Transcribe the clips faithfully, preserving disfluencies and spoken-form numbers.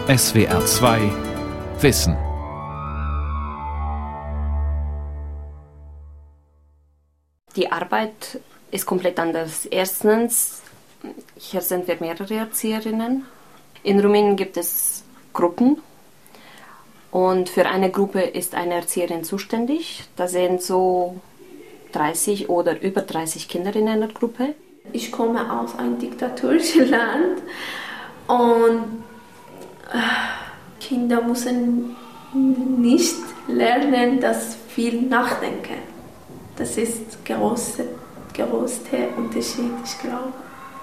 S W R zwei Wissen. Die Arbeit ist komplett anders. Erstens, hier sind wir mehrere Erzieherinnen. In Rumänien gibt es Gruppen und für eine Gruppe ist eine Erzieherin zuständig. Da sind so dreißig oder über dreißig Kinder in einer Gruppe. Ich komme aus einem diktatorischen Land und Kinder müssen nicht lernen, dass viel nachdenken. Das ist der große, große Unterschied, ich glaube.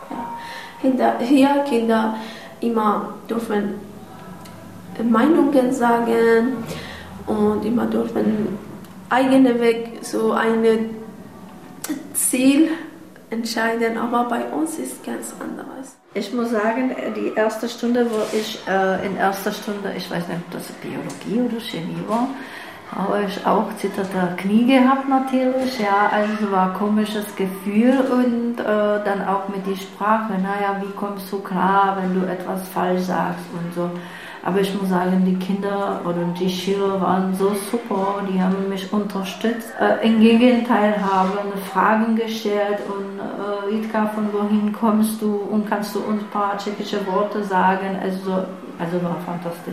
Ja. Hier Kinder immer dürfen Meinungen sagen und immer dürfen eigene Weg so ein Ziel entscheiden, aber bei uns ist es ganz anderes. Ich muss sagen, die erste Stunde, wo ich äh, in erster Stunde, ich weiß nicht, ob das Biologie oder Chemie war, habe ich auch zitternde Knie gehabt natürlich, ja, also war ein komisches Gefühl und äh, dann auch mit der Sprache, naja, wie kommst du klar, wenn du etwas falsch sagst und so. Aber ich muss sagen, die Kinder oder die Schüler waren so super, die haben mich unterstützt. Äh, Im Gegenteil haben Fragen gestellt und äh, Jitka, von wohin kommst du und kannst du uns ein paar tschechische Worte sagen, also, also war fantastisch.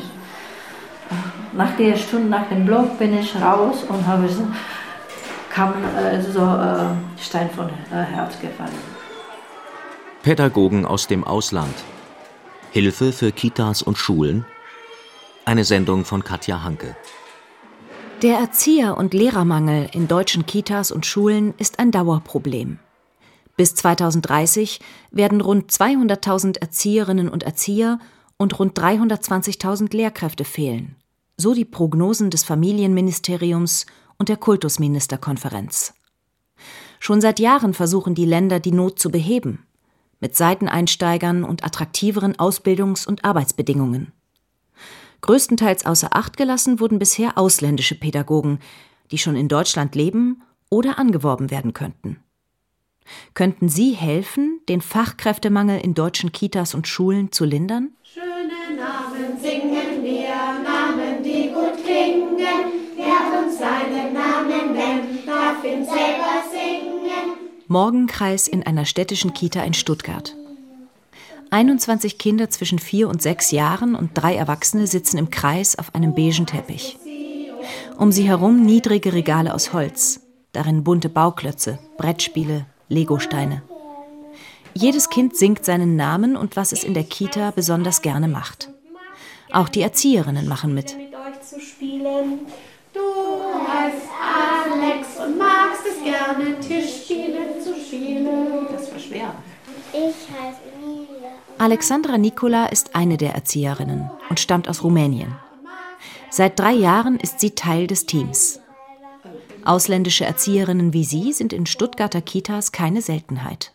Nach der Stunde, nach dem Blog bin ich raus und habe so, kam äh, so äh, Stein von äh, Herz gefallen. Pädagogen aus dem Ausland. Hilfe für Kitas und Schulen. Eine Sendung von Katja Hanke. Der Erzieher- und Lehrermangel in deutschen Kitas und Schulen ist ein Dauerproblem. Bis zweitausenddreißig werden rund zweihunderttausend Erzieherinnen und Erzieher und rund dreihundertzwanzigtausend Lehrkräfte fehlen. So die Prognosen des Familienministeriums und der Kultusministerkonferenz. Schon seit Jahren versuchen die Länder, die Not zu beheben. Mit Seiteneinsteigern und attraktiveren Ausbildungs- und Arbeitsbedingungen. Größtenteils außer Acht gelassen wurden bisher ausländische Pädagogen, die schon in Deutschland leben oder angeworben werden könnten. Könnten Sie helfen, den Fachkräftemangel in deutschen Kitas und Schulen zu lindern? Schöne Namen singen wir, Namen, die gut klingen. Wer uns seinen Namen nennt, darf ihn selber singen. Morgenkreis in einer städtischen Kita in Stuttgart. einundzwanzig Kinder zwischen vier und sechs Jahren und drei Erwachsene sitzen im Kreis auf einem beigen Teppich. Um sie herum niedrige Regale aus Holz, darin bunte Bauklötze, Brettspiele, Legosteine. Jedes Kind singt seinen Namen und was es in der Kita besonders gerne macht. Auch die Erzieherinnen machen mit. Du heißt Alex und magst es gerne, Tischspiele zu spielen. Das war schwer. Ich heiße Emilia. Alexandra Nicola ist eine der Erzieherinnen und stammt aus Rumänien. Seit drei Jahren ist sie Teil des Teams. Ausländische Erzieherinnen wie sie sind in Stuttgarter Kitas keine Seltenheit.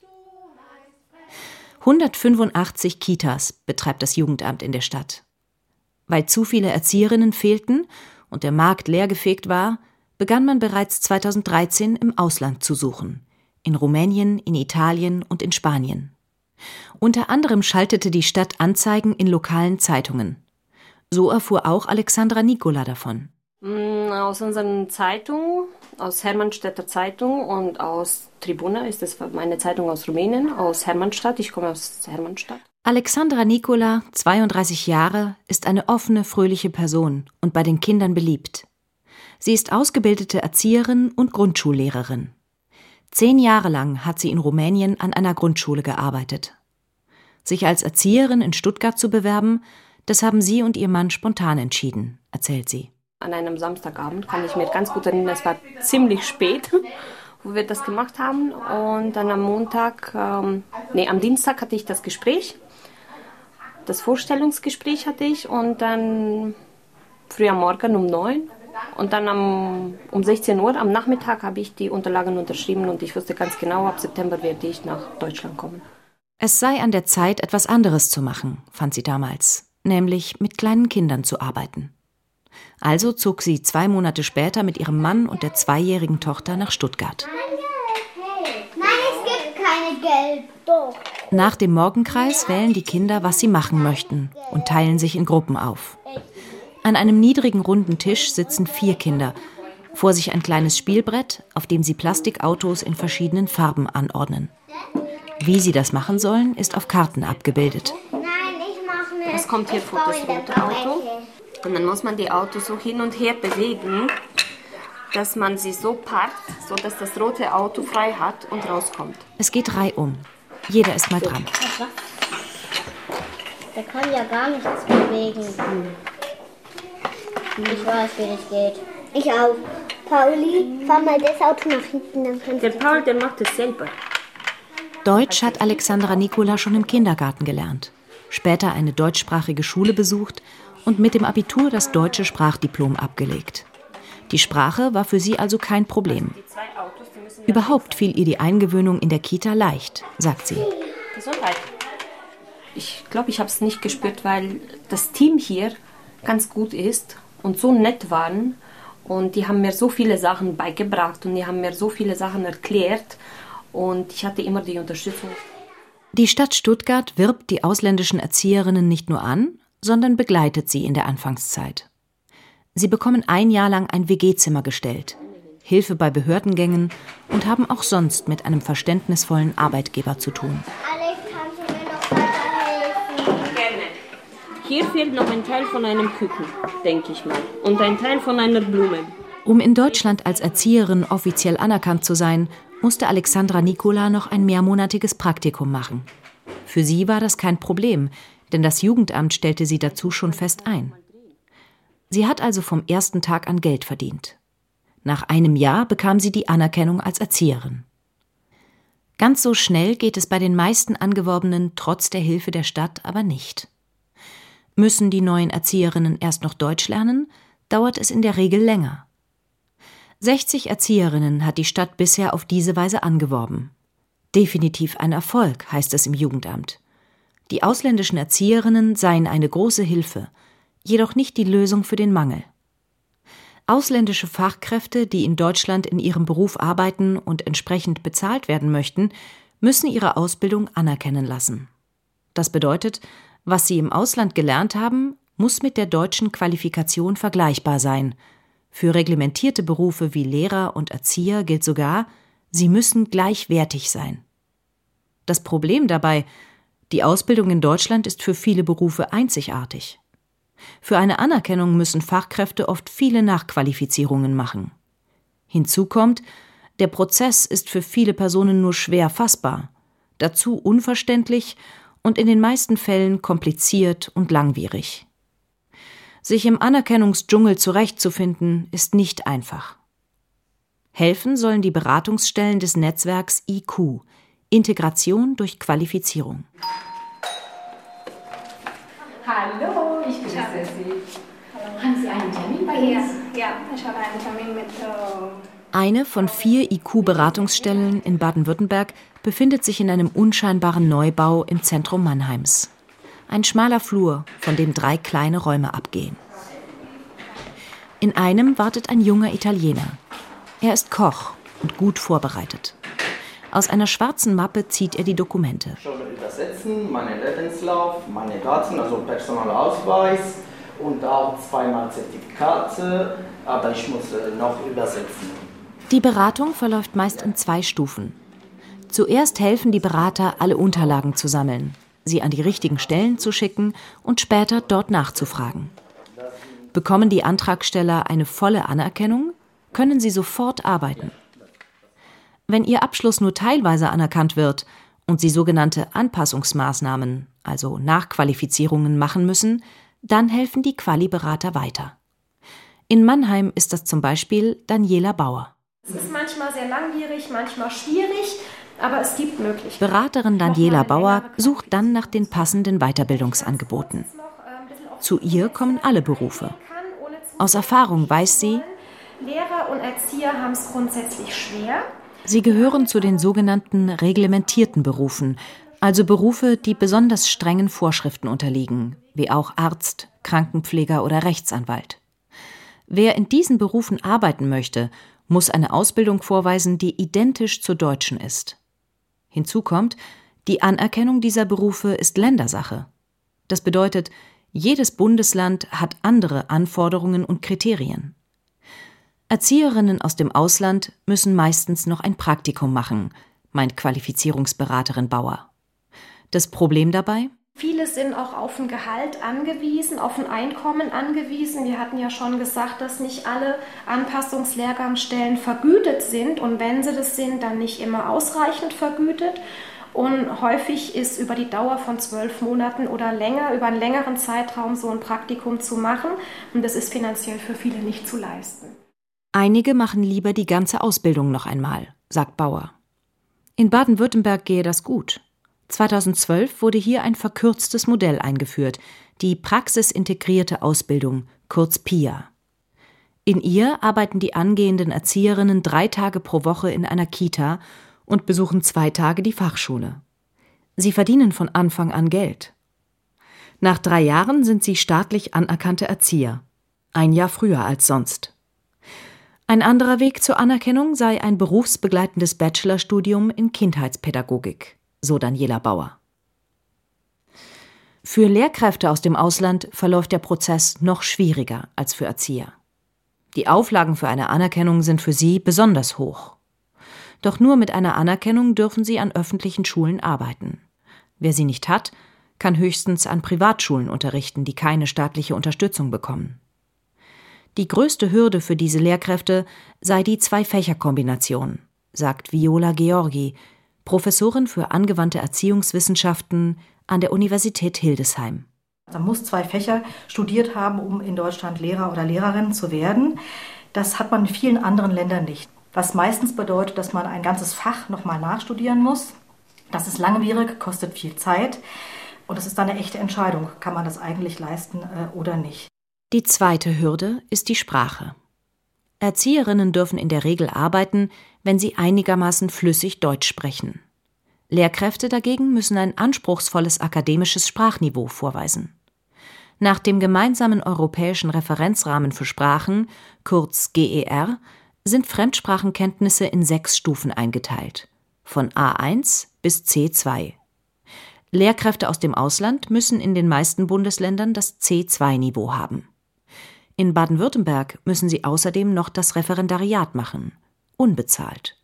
hundertfünfundachtzig Kitas betreibt das Jugendamt in der Stadt. Weil zu viele Erzieherinnen fehlten und der Markt leergefegt war, begann man bereits zweitausenddreizehn im Ausland zu suchen. In Rumänien, in Italien und in Spanien. Unter anderem schaltete die Stadt Anzeigen in lokalen Zeitungen. So erfuhr auch Alexandra Nicola davon. Aus unseren Zeitungen, aus Hermannstädter Zeitung und aus Tribuna, ist das meine Zeitung aus Rumänien, aus Hermannstadt. Ich komme aus Hermannstadt. Alexandra Nicola, zweiunddreißig Jahre, ist eine offene, fröhliche Person und bei den Kindern beliebt. Sie ist ausgebildete Erzieherin und Grundschullehrerin. Zehn Jahre lang hat sie in Rumänien an einer Grundschule gearbeitet. Sich als Erzieherin in Stuttgart zu bewerben, das haben sie und ihr Mann spontan entschieden, erzählt sie. An einem Samstagabend kann ich mir ganz gut erinnern, es war ziemlich spät, wo wir das gemacht haben. Und dann am Montag, ähm, nee, am Dienstag hatte ich das Gespräch. Das Vorstellungsgespräch hatte ich und dann früh am Morgen um neun. Und dann am, um sechzehn Uhr am Nachmittag habe ich die Unterlagen unterschrieben und ich wusste ganz genau, ab September werde ich nach Deutschland kommen. Es sei an der Zeit, etwas anderes zu machen, fand sie damals, nämlich mit kleinen Kindern zu arbeiten. Also zog sie zwei Monate später mit ihrem Mann und der zweijährigen Tochter nach Stuttgart. Nein, es gibt keine Geld, doch. Nach dem Morgenkreis wählen die Kinder, was sie machen möchten und teilen sich in Gruppen auf. An einem niedrigen runden Tisch sitzen vier Kinder. Vor sich ein kleines Spielbrett, auf dem sie Plastikautos in verschiedenen Farben anordnen. Wie sie das machen sollen, ist auf Karten abgebildet. Nein, ich mache eine. Das kommt hier vor, das rote Auto. Und dann muss man die Autos so hin und her bewegen, dass man sie so parkt, sodass das rote Auto frei hat und rauskommt. Es geht reihum. Jeder ist mal dran. Der kann ja gar nichts bewegen. Ich weiß, wie das geht. Ich auch. Pauli, fahr mal das Auto nach hinten. Dann kannst Der Paul, der macht es selber. Deutsch hat Alexandra Nikola schon im Kindergarten gelernt, später eine deutschsprachige Schule besucht und mit dem Abitur das deutsche Sprachdiplom abgelegt. Die Sprache war für sie also kein Problem. Überhaupt fiel ihr die Eingewöhnung in der Kita leicht, sagt sie. Gesundheit. Ich glaube, ich habe es nicht gespürt, weil das Team hier ganz gut ist und so nett waren. Und die haben mir so viele Sachen beigebracht und die haben mir so viele Sachen erklärt. Und ich hatte immer die Unterstützung. Die Stadt Stuttgart wirbt die ausländischen Erzieherinnen nicht nur an, sondern begleitet sie in der Anfangszeit. Sie bekommen ein Jahr lang ein W G-Zimmer gestellt, Hilfe bei Behördengängen und haben auch sonst mit einem verständnisvollen Arbeitgeber zu tun. Alex, kannst du mir noch weiterhelfen? Gerne. Hier fehlt noch ein Teil von einem Küken, denke ich mal. Und ein Teil von einer Blume. Um in Deutschland als Erzieherin offiziell anerkannt zu sein, musste Alexandra Nikola noch ein mehrmonatiges Praktikum machen. Für sie war das kein Problem, denn das Jugendamt stellte sie dazu schon fest ein. Sie hat also vom ersten Tag an Geld verdient. Nach einem Jahr bekam sie die Anerkennung als Erzieherin. Ganz so schnell geht es bei den meisten Angeworbenen trotz der Hilfe der Stadt aber nicht. Müssen die neuen Erzieherinnen erst noch Deutsch lernen, dauert es in der Regel länger. sechzig Erzieherinnen hat die Stadt bisher auf diese Weise angeworben. Definitiv ein Erfolg, heißt es im Jugendamt. Die ausländischen Erzieherinnen seien eine große Hilfe, jedoch nicht die Lösung für den Mangel. Ausländische Fachkräfte, die in Deutschland in ihrem Beruf arbeiten und entsprechend bezahlt werden möchten, müssen ihre Ausbildung anerkennen lassen. Das bedeutet, was sie im Ausland gelernt haben, muss mit der deutschen Qualifikation vergleichbar sein. Für reglementierte Berufe wie Lehrer und Erzieher gilt sogar, sie müssen gleichwertig sein. Das Problem dabei: Die Ausbildung in Deutschland ist für viele Berufe einzigartig. Für eine Anerkennung müssen Fachkräfte oft viele Nachqualifizierungen machen. Hinzu kommt, der Prozess ist für viele Personen nur schwer fassbar, dazu unverständlich und in den meisten Fällen kompliziert und langwierig. Sich im Anerkennungsdschungel zurechtzufinden, ist nicht einfach. Helfen sollen die Beratungsstellen des Netzwerks I Q, Integration durch Qualifizierung. Hallo, ich grüße Sie. Haben Sie einen Termin bei uns? Ja, ich habe einen Termin mit... Äh Eine von vier I Q-Beratungsstellen in Baden-Württemberg befindet sich in einem unscheinbaren Neubau im Zentrum Mannheims. Ein schmaler Flur, von dem drei kleine Räume abgehen. In einem wartet ein junger Italiener. Er ist Koch und gut vorbereitet. Aus einer schwarzen Mappe zieht er die Dokumente. Schon übersetzen, meinen Lebenslauf, meine Daten, also Personalausweis und auch zweimal Zertifikate, aber ich muss noch übersetzen. Die Beratung verläuft meist in zwei Stufen. Zuerst helfen die Berater, alle Unterlagen zu sammeln, sie an die richtigen Stellen zu schicken und später dort nachzufragen. Bekommen die Antragsteller eine volle Anerkennung, können sie sofort arbeiten. Wenn ihr Abschluss nur teilweise anerkannt wird und sie sogenannte Anpassungsmaßnahmen, also Nachqualifizierungen machen müssen, dann helfen die Quali-Berater weiter. In Mannheim ist das zum Beispiel Daniela Bauer. Es ist manchmal sehr langwierig, manchmal schwierig, aber es gibt Möglichkeiten. Beraterin Daniela Bauer sucht dann nach den passenden Weiterbildungsangeboten. Zu ihr kommen alle Berufe. Aus Erfahrung weiß sie, Lehrer und Erzieher haben es grundsätzlich schwer. Sie gehören zu den sogenannten reglementierten Berufen, also Berufe, die besonders strengen Vorschriften unterliegen, wie auch Arzt, Krankenpfleger oder Rechtsanwalt. Wer in diesen Berufen arbeiten möchte, muss eine Ausbildung vorweisen, die identisch zur deutschen ist. Hinzu kommt, Die Anerkennung dieser Berufe ist Ländersache. Das bedeutet, jedes Bundesland hat andere Anforderungen und Kriterien. Erzieherinnen aus dem Ausland müssen meistens noch ein Praktikum machen, meint Qualifizierungsberaterin Bauer. Das Problem dabei? Viele sind auch auf ein Gehalt angewiesen, auf ein Einkommen angewiesen. Wir hatten ja schon gesagt, dass nicht alle Anpassungslehrgangsstellen vergütet sind und wenn sie das sind, dann nicht immer ausreichend vergütet. Und häufig ist über die Dauer von zwölf Monaten oder länger, über einen längeren Zeitraum so ein Praktikum zu machen und das ist finanziell für viele nicht zu leisten. Einige machen lieber die ganze Ausbildung noch einmal, sagt Bauer. In Baden-Württemberg gehe das gut. zweitausendzwölf wurde hier ein verkürztes Modell eingeführt, die praxisintegrierte Ausbildung, kurz P I A. In ihr arbeiten die angehenden Erzieherinnen drei Tage pro Woche in einer Kita und besuchen zwei Tage die Fachschule. Sie verdienen von Anfang an Geld. Nach drei Jahren sind sie staatlich anerkannte Erzieher, ein Jahr früher als sonst. Ein anderer Weg zur Anerkennung sei ein berufsbegleitendes Bachelorstudium in Kindheitspädagogik, so Daniela Bauer. Für Lehrkräfte aus dem Ausland verläuft der Prozess noch schwieriger als für Erzieher. Die Auflagen für eine Anerkennung sind für sie besonders hoch. Doch nur mit einer Anerkennung dürfen sie an öffentlichen Schulen arbeiten. Wer sie nicht hat, kann höchstens an Privatschulen unterrichten, die keine staatliche Unterstützung bekommen. Die größte Hürde für diese Lehrkräfte sei die Zwei-Fächer-Kombination, sagt Viola Georgi, Professorin für angewandte Erziehungswissenschaften an der Universität Hildesheim. Man muss zwei Fächer studiert haben, um in Deutschland Lehrer oder Lehrerin zu werden. Das hat man in vielen anderen Ländern nicht. Was meistens bedeutet, dass man ein ganzes Fach nochmal nachstudieren muss. Das ist langwierig, kostet viel Zeit und es ist dann eine echte Entscheidung, kann man das eigentlich leisten äh, oder nicht. Die zweite Hürde ist die Sprache. Erzieherinnen dürfen in der Regel arbeiten, wenn sie einigermaßen flüssig Deutsch sprechen. Lehrkräfte dagegen müssen ein anspruchsvolles akademisches Sprachniveau vorweisen. Nach dem gemeinsamen europäischen Referenzrahmen für Sprachen, kurz G E R, sind Fremdsprachenkenntnisse in sechs Stufen eingeteilt, von A eins bis C zwei. Lehrkräfte aus dem Ausland müssen in den meisten Bundesländern das C zwei Niveau haben. In Baden-Württemberg müssen sie außerdem noch das Referendariat machen, unbezahlt.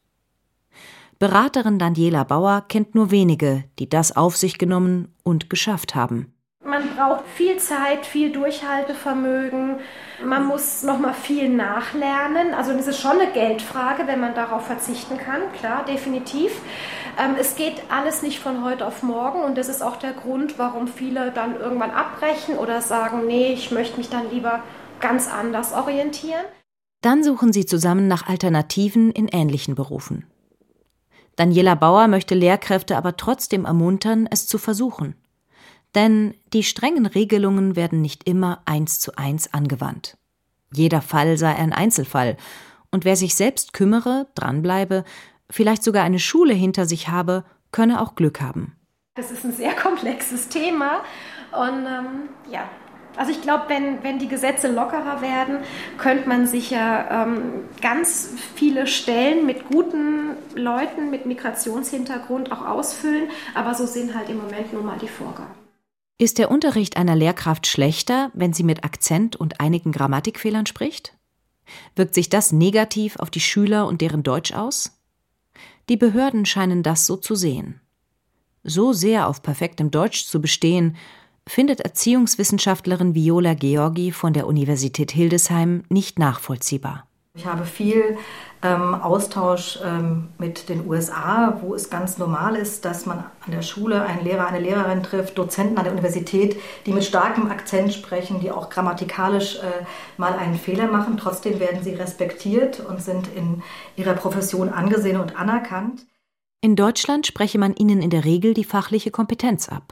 Beraterin Daniela Bauer kennt nur wenige, die das auf sich genommen und geschafft haben. Man braucht viel Zeit, viel Durchhaltevermögen, man muss noch mal viel nachlernen. Also das ist schon eine Geldfrage, wenn man darauf verzichten kann, klar, definitiv. Ähm, es geht alles nicht von heute auf morgen und das ist auch der Grund, warum viele dann irgendwann abbrechen oder sagen, nee, ich möchte mich dann lieber ganz anders orientieren. Dann suchen sie zusammen nach Alternativen in ähnlichen Berufen. Daniela Bauer möchte Lehrkräfte aber trotzdem ermuntern, es zu versuchen. Denn die strengen Regelungen werden nicht immer eins zu eins angewandt. Jeder Fall sei ein Einzelfall und wer sich selbst kümmere, dranbleibe, vielleicht sogar eine Schule hinter sich habe, könne auch Glück haben. Das ist ein sehr komplexes Thema und ähm, ja, also ich glaube, wenn, wenn die Gesetze lockerer werden, könnte man sicher ähm, ganz viele Stellen mit guten Leuten mit Migrationshintergrund auch ausfüllen, aber so sind halt im Moment nun mal die Vorgaben. Ist der Unterricht einer Lehrkraft schlechter, wenn sie mit Akzent und einigen Grammatikfehlern spricht? Wirkt sich das negativ auf die Schüler und deren Deutsch aus? Die Behörden scheinen das so zu sehen. So sehr auf perfektem Deutsch zu bestehen, findet Erziehungswissenschaftlerin Viola Georgi von der Universität Hildesheim nicht nachvollziehbar. Ich habe viel ähm, Austausch ähm, mit den U S A, wo es ganz normal ist, dass man an der Schule einen Lehrer, eine Lehrerin trifft, Dozenten an der Universität, die mit starkem Akzent sprechen, die auch grammatikalisch äh, mal einen Fehler machen. Trotzdem werden sie respektiert und sind in ihrer Profession angesehen und anerkannt. In Deutschland spreche man ihnen in der Regel die fachliche Kompetenz ab.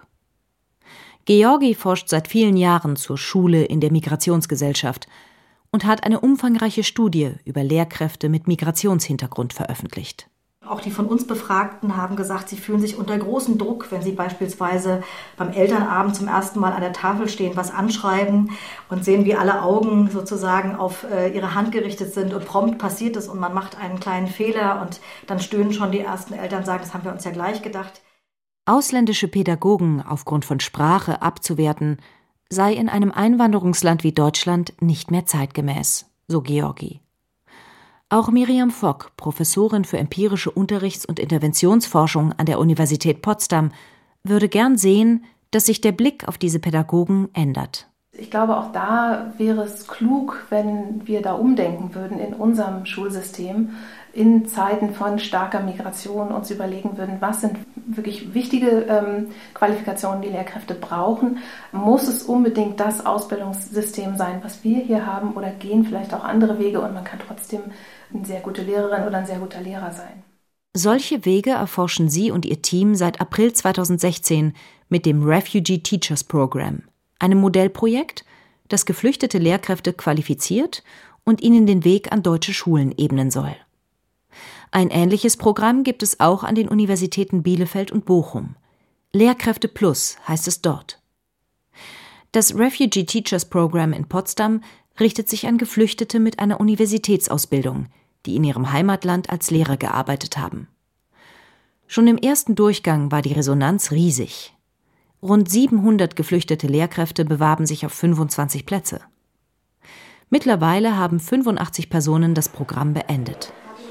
Georgi forscht seit vielen Jahren zur Schule in der Migrationsgesellschaft und hat eine umfangreiche Studie über Lehrkräfte mit Migrationshintergrund veröffentlicht. Auch die von uns Befragten haben gesagt, sie fühlen sich unter großem Druck, wenn sie beispielsweise beim Elternabend zum ersten Mal an der Tafel stehen, was anschreiben und sehen, wie alle Augen sozusagen auf äh, ihre Hand gerichtet sind und prompt passiert es und man macht einen kleinen Fehler und dann stöhnen schon die ersten Eltern, sagen, das haben wir uns ja gleich gedacht. Ausländische Pädagogen aufgrund von Sprache abzuwerten, sei in einem Einwanderungsland wie Deutschland nicht mehr zeitgemäß, so Georgi. Auch Miriam Fock, Professorin für empirische Unterrichts- und Interventionsforschung an der Universität Potsdam, würde gern sehen, dass sich der Blick auf diese Pädagogen ändert. Ich glaube, auch da wäre es klug, wenn wir da umdenken würden in unserem Schulsystem, in Zeiten von starker Migration uns überlegen würden, was sind wirklich wichtige ähm, Qualifikationen, die Lehrkräfte brauchen. Muss es unbedingt das Ausbildungssystem sein, was wir hier haben, oder gehen vielleicht auch andere Wege und man kann trotzdem eine sehr gute Lehrerin oder ein sehr guter Lehrer sein? Solche Wege erforschen sie und ihr Team seit April zweitausendsechzehn mit dem Refugee Teachers Program, einem Modellprojekt, das geflüchtete Lehrkräfte qualifiziert und ihnen den Weg an deutsche Schulen ebnen soll. Ein ähnliches Programm gibt es auch an den Universitäten Bielefeld und Bochum. Lehrkräfte Plus heißt es dort. Das Refugee Teachers Program in Potsdam richtet sich an Geflüchtete mit einer Universitätsausbildung, die in ihrem Heimatland als Lehrer gearbeitet haben. Schon im ersten Durchgang war die Resonanz riesig. Rund siebenhundert geflüchtete Lehrkräfte bewarben sich auf fünfundzwanzig Plätze. Mittlerweile haben fünfundachtzig Personen das Programm beendet.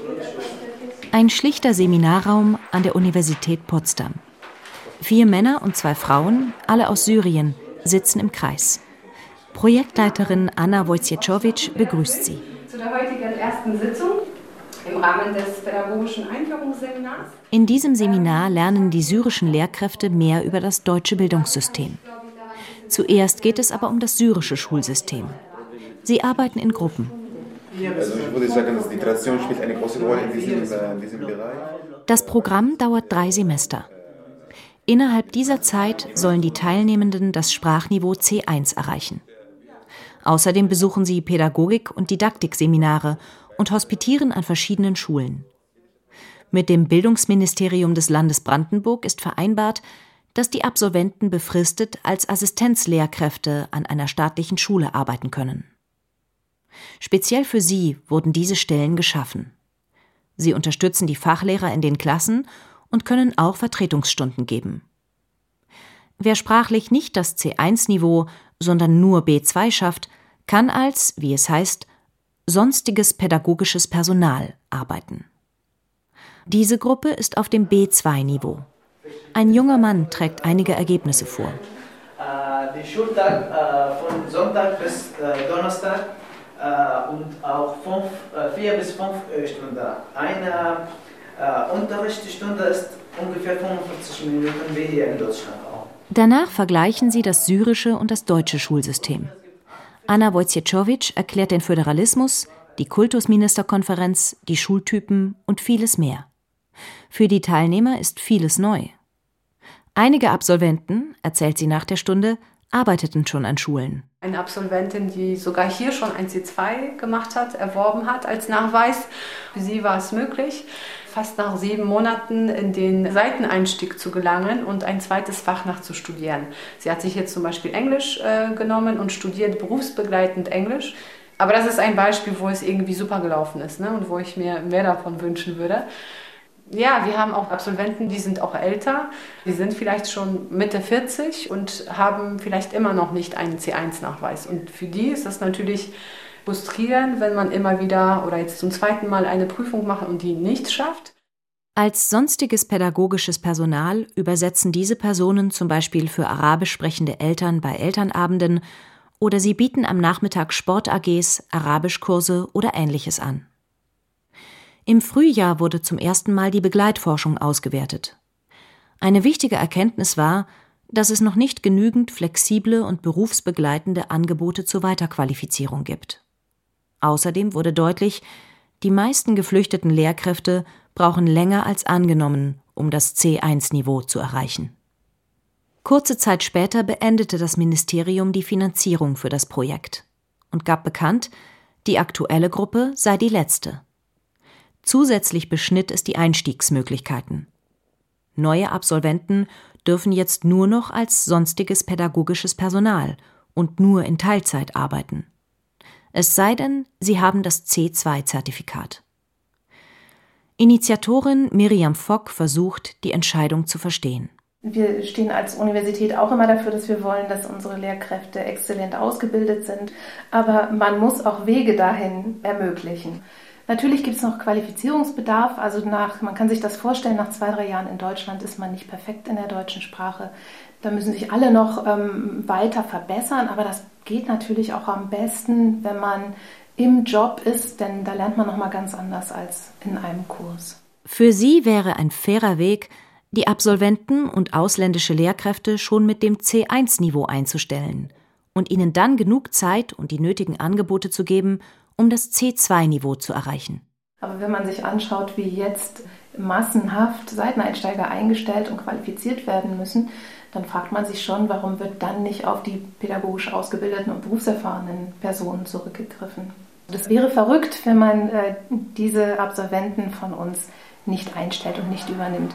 Ein schlichter Seminarraum an der Universität Potsdam. Vier Männer und zwei Frauen, alle aus Syrien, sitzen im Kreis. Projektleiterin Anna Wojciechowicz begrüßt sie. Zu der heutigen ersten Sitzung im Rahmen des pädagogischen Einführungsseminars. In diesem Seminar lernen die syrischen Lehrkräfte mehr über das deutsche Bildungssystem. Zuerst geht es aber um das syrische Schulsystem. Sie arbeiten in Gruppen. Also ich würde sagen, dass die Tradition spielt eine große Rolle in diesem, äh, in diesem Bereich. Das Programm dauert drei Semester. Innerhalb dieser Zeit sollen die Teilnehmenden das Sprachniveau C eins erreichen. Außerdem besuchen sie Pädagogik- und Didaktikseminare und hospitieren an verschiedenen Schulen. Mit dem Bildungsministerium des Landes Brandenburg ist vereinbart, dass die Absolventen befristet als Assistenzlehrkräfte an einer staatlichen Schule arbeiten können. Speziell für sie wurden diese Stellen geschaffen. Sie unterstützen die Fachlehrer in den Klassen und können auch Vertretungsstunden geben. Wer sprachlich nicht das C eins Niveau, sondern nur B zwei schafft, kann als, wie es heißt, sonstiges pädagogisches Personal arbeiten. Diese Gruppe ist auf dem B zwei Niveau. Ein junger Mann trägt einige Ergebnisse vor. Äh, die Schultag äh, von Sonntag bis äh, Donnerstag äh, und auch fünf, äh, vier bis fünf äh, Stunden. Eine äh, Unterrichtsstunde ist ungefähr fünfundvierzig Minuten wie hier in Deutschland auch. Danach vergleichen sie das syrische und das deutsche Schulsystem. Anna Wojciechowicz erklärt den Föderalismus, die Kultusministerkonferenz, die Schultypen und vieles mehr. Für die Teilnehmer ist vieles neu. Einige Absolventen, erzählt sie nach der Stunde, arbeiteten schon an Schulen. Eine Absolventin, die sogar hier schon ein C zwei gemacht hat, erworben hat als Nachweis. Für sie war es möglich, fast nach sieben Monaten in den Seiteneinstieg zu gelangen und ein zweites Fach nachzustudieren. Sie hat sich jetzt zum Beispiel Englisch äh, genommen und studiert berufsbegleitend Englisch. Aber das ist ein Beispiel, wo es irgendwie super gelaufen ist, ne? Und wo ich mir mehr davon wünschen würde. Ja, wir haben auch Absolventen, die sind auch älter. Die sind vielleicht schon Mitte vierzig und haben vielleicht immer noch nicht einen C eins Nachweis. Und für die ist das natürlich frustrierend, wenn man immer wieder oder jetzt zum zweiten Mal eine Prüfung macht und die nicht schafft. Als sonstiges pädagogisches Personal übersetzen diese Personen zum Beispiel für arabisch sprechende Eltern bei Elternabenden oder sie bieten am Nachmittag Sport-A Gs, Arabischkurse oder Ähnliches an. Im Frühjahr wurde zum ersten Mal die Begleitforschung ausgewertet. Eine wichtige Erkenntnis war, dass es noch nicht genügend flexible und berufsbegleitende Angebote zur Weiterqualifizierung gibt. Außerdem wurde deutlich, die meisten geflüchteten Lehrkräfte brauchen länger als angenommen, um das C eins Niveau zu erreichen. Kurze Zeit später beendete das Ministerium die Finanzierung für das Projekt und gab bekannt, die aktuelle Gruppe sei die letzte. Zusätzlich beschnitt es die Einstiegsmöglichkeiten. Neue Absolventen dürfen jetzt nur noch als sonstiges pädagogisches Personal und nur in Teilzeit arbeiten. Es sei denn, sie haben das C zwei Zertifikat. Initiatorin Miriam Fock versucht, die Entscheidung zu verstehen. Wir stehen als Universität auch immer dafür, dass wir wollen, dass unsere Lehrkräfte exzellent ausgebildet sind. Aber man muss auch Wege dahin ermöglichen. Natürlich gibt es noch Qualifizierungsbedarf. Also nach, man kann sich das vorstellen, nach zwei, drei Jahren in Deutschland ist man nicht perfekt in der deutschen Sprache. Da müssen sich alle noch ähm, weiter verbessern. Aber das geht natürlich auch am besten, wenn man im Job ist, denn da lernt man nochmal ganz anders als in einem Kurs. Für sie wäre ein fairer Weg, die Absolventen und ausländische Lehrkräfte schon mit dem C eins Niveau einzustellen und ihnen dann genug Zeit und die nötigen Angebote zu geben, um das C zwei Niveau zu erreichen. Aber wenn man sich anschaut, wie jetzt massenhaft Seiteneinsteiger eingestellt und qualifiziert werden müssen, dann fragt man sich schon, warum wird dann nicht auf die pädagogisch ausgebildeten und berufserfahrenen Personen zurückgegriffen. Das wäre verrückt, wenn man äh, diese Absolventen von uns nicht einstellt und nicht übernimmt.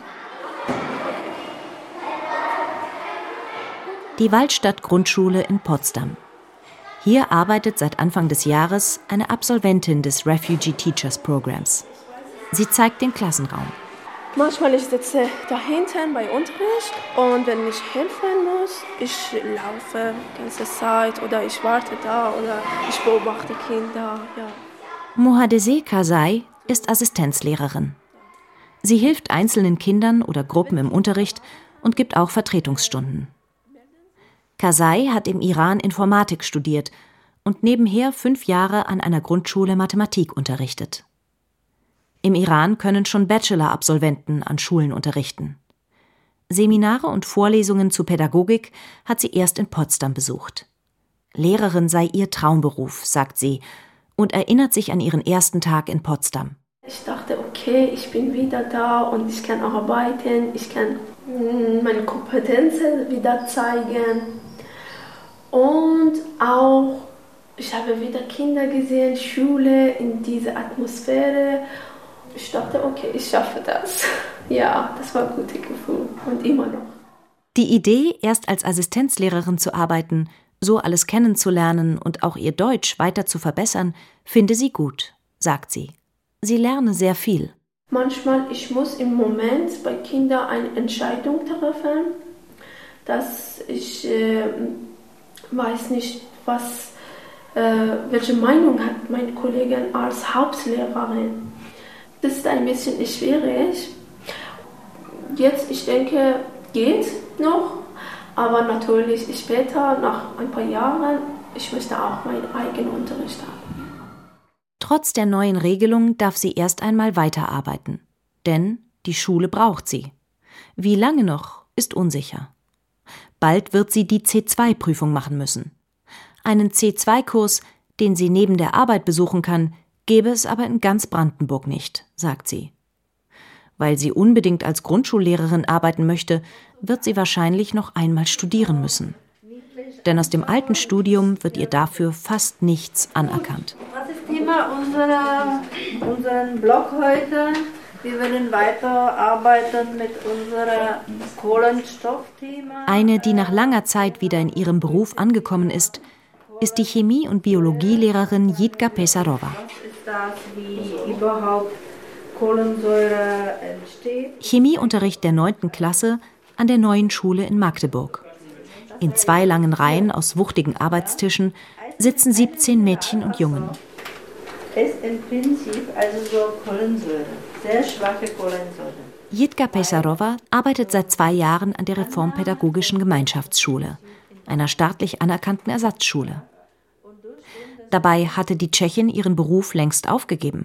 Die Waldstadt-Grundschule in Potsdam. Hier arbeitet seit Anfang des Jahres eine Absolventin des Refugee Teachers Programs. Sie zeigt den Klassenraum. Manchmal ich sitze da hinten bei Unterricht und wenn ich helfen muss, ich laufe die ganze Zeit oder ich warte da oder ich beobachte Kinder. Ja. Mohadeseh Kasai ist Assistenzlehrerin. Sie hilft einzelnen Kindern oder Gruppen im Unterricht und gibt auch Vertretungsstunden. Kasai hat im Iran Informatik studiert und nebenher fünf Jahre an einer Grundschule Mathematik unterrichtet. Im Iran können schon Bachelor-Absolventen an Schulen unterrichten. Seminare und Vorlesungen zu Pädagogik hat sie erst in Potsdam besucht. Lehrerin sei ihr Traumberuf, sagt sie, und erinnert sich an ihren ersten Tag in Potsdam. Ich dachte, okay, ich bin wieder da und ich kann arbeiten, ich kann meine Kompetenzen wieder zeigen. Und auch, ich habe wieder Kinder gesehen, Schule, in dieser Atmosphäre. Ich dachte, okay, ich schaffe das. Ja, das war ein gutes Gefühl und immer noch. Die Idee, erst als Assistenzlehrerin zu arbeiten, so alles kennenzulernen und auch ihr Deutsch weiter zu verbessern, finde sie gut, sagt sie. Sie lerne sehr viel. Manchmal ich muss im Moment bei Kindern eine Entscheidung treffen, dass ich äh, weiß nicht, was, äh, welche Meinung hat meine Kollegin als Hauptlehrerin. Das ist ein bisschen schwierig. Jetzt, ich denke, geht noch, aber natürlich später, nach ein paar Jahren, ich möchte auch meinen eigenen Unterricht haben. Trotz der neuen Regelung darf sie erst einmal weiterarbeiten. Denn die Schule braucht sie. Wie lange noch, ist unsicher. Bald wird sie die C zwei Prüfung machen müssen. Einen C zwei Kurs, den sie neben der Arbeit besuchen kann, gäbe es aber in ganz Brandenburg nicht, sagt sie. Weil sie unbedingt als Grundschullehrerin arbeiten möchte, wird sie wahrscheinlich noch einmal studieren müssen. Denn aus dem alten Studium wird ihr dafür fast nichts anerkannt. Das ist Thema unserer, unseren Blog heute. Wir werden weiterarbeiten mit unserem Kohlenstoffthema. Eine, die nach langer Zeit wieder in ihrem Beruf angekommen ist, ist die Chemie- und Biologielehrerin Jitka Pesarova. Was ist das, wie überhaupt Kohlensäure entsteht? Chemieunterricht der neunten Klasse an der Neuen Schule in Magdeburg. In zwei langen Reihen aus wuchtigen Arbeitstischen sitzen siebzehn Mädchen und Jungen. Es ist im Prinzip also so Kohlensäure, sehr schwache Kohlensäure. Jitka Pesarova arbeitet seit zwei Jahren an der Reformpädagogischen Gemeinschaftsschule, einer staatlich anerkannten Ersatzschule. Dabei hatte die Tschechin ihren Beruf längst aufgegeben.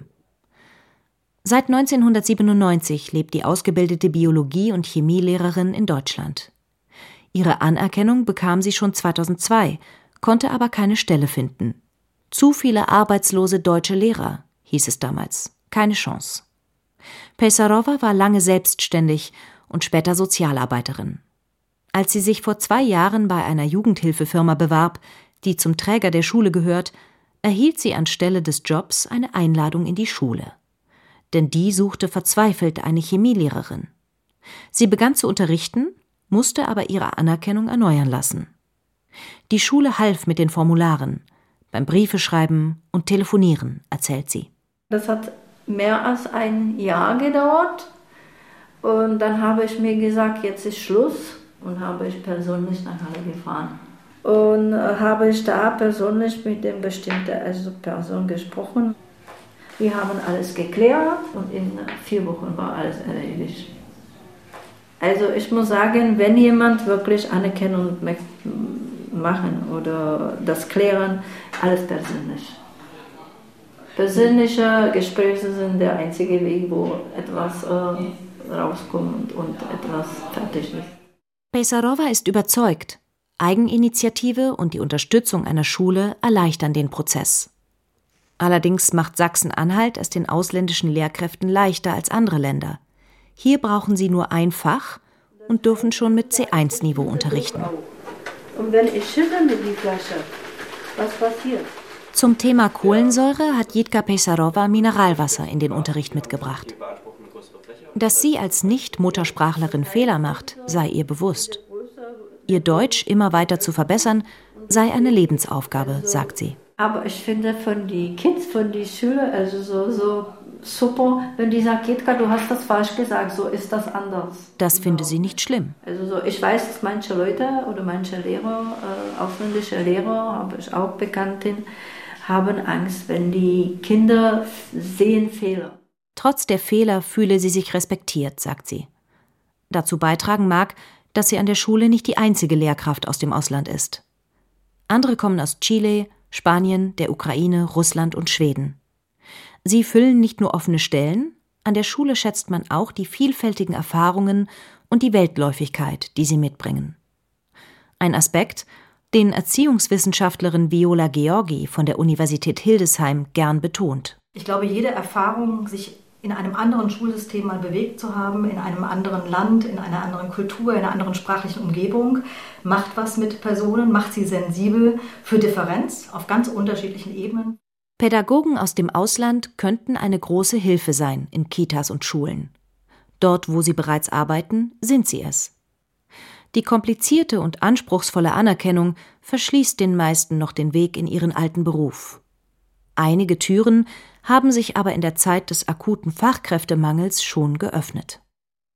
Seit neunzehnhundertsiebenundneunzig lebt die ausgebildete Biologie- und Chemielehrerin in Deutschland. Ihre Anerkennung bekam sie schon zweitausendzwei, konnte aber keine Stelle finden. Zu viele arbeitslose deutsche Lehrer, hieß es damals. Keine Chance. Pesarova war lange selbstständig und später Sozialarbeiterin. Als sie sich vor zwei Jahren bei einer Jugendhilfefirma bewarb, die zum Träger der Schule gehört, erhielt sie anstelle des Jobs eine Einladung in die Schule. Denn die suchte verzweifelt eine Chemielehrerin. Sie begann zu unterrichten, musste aber ihre Anerkennung erneuern lassen. Die Schule half mit den Formularen, beim Briefeschreiben und Telefonieren, erzählt sie. Das hat mehr als ein Jahr gedauert und dann habe ich mir gesagt, jetzt ist Schluss. Und habe ich persönlich nach Halle gefahren. Und äh, habe ich da persönlich mit dem bestimmten also Person gesprochen. Wir haben alles geklärt und in vier Wochen war alles erledigt. Also ich muss sagen, wenn jemand wirklich Anerkennung machen oder das klären, alles persönlich. Persönliche Gespräche sind der einzige Weg, wo etwas äh, rauskommt und etwas fertig ist. Pejsarowa ist überzeugt, Eigeninitiative und die Unterstützung einer Schule erleichtern den Prozess. Allerdings macht Sachsen-Anhalt es den ausländischen Lehrkräften leichter als andere Länder. Hier brauchen sie nur ein Fach und dürfen schon mit C eins Niveau unterrichten. Und wenn ich schüttle mit die Flasche, was passiert? Zum Thema Kohlensäure hat Jitka Pejsarowa Mineralwasser in den Unterricht mitgebracht. Dass sie als Nicht-Muttersprachlerin Fehler macht, sei ihr bewusst. Ihr Deutsch immer weiter zu verbessern, sei eine Lebensaufgabe, sagt sie. Aber ich finde von die Kids, von die Schüler, also so, so super, wenn die sagt, Jitka, du hast das falsch gesagt, so ist das anders. Das finde sie nicht schlimm. Also so, ich weiß, dass manche Leute oder manche Lehrer, äh, ausländische Lehrer, habe ich auch Bekannten, haben Angst, wenn die Kinder sehen Fehler. Trotz der Fehler fühle sie sich respektiert, sagt sie. Dazu beitragen mag, dass sie an der Schule nicht die einzige Lehrkraft aus dem Ausland ist. Andere kommen aus Chile, Spanien, der Ukraine, Russland und Schweden. Sie füllen nicht nur offene Stellen, an der Schule schätzt man auch die vielfältigen Erfahrungen und die Weltläufigkeit, die sie mitbringen. Ein Aspekt, den Erziehungswissenschaftlerin Viola Georgi von der Universität Hildesheim gern betont. Ich glaube, jede Erfahrung, sich in einem anderen Schulsystem mal bewegt zu haben, in einem anderen Land, in einer anderen Kultur, in einer anderen sprachlichen Umgebung, macht was mit Personen, macht sie sensibel für Differenz auf ganz unterschiedlichen Ebenen. Pädagogen aus dem Ausland könnten eine große Hilfe sein in Kitas und Schulen. Dort, wo sie bereits arbeiten, sind sie es. Die komplizierte und anspruchsvolle Anerkennung verschließt den meisten noch den Weg in ihren alten Beruf. Einige Türen haben sich aber in der Zeit des akuten Fachkräftemangels schon geöffnet.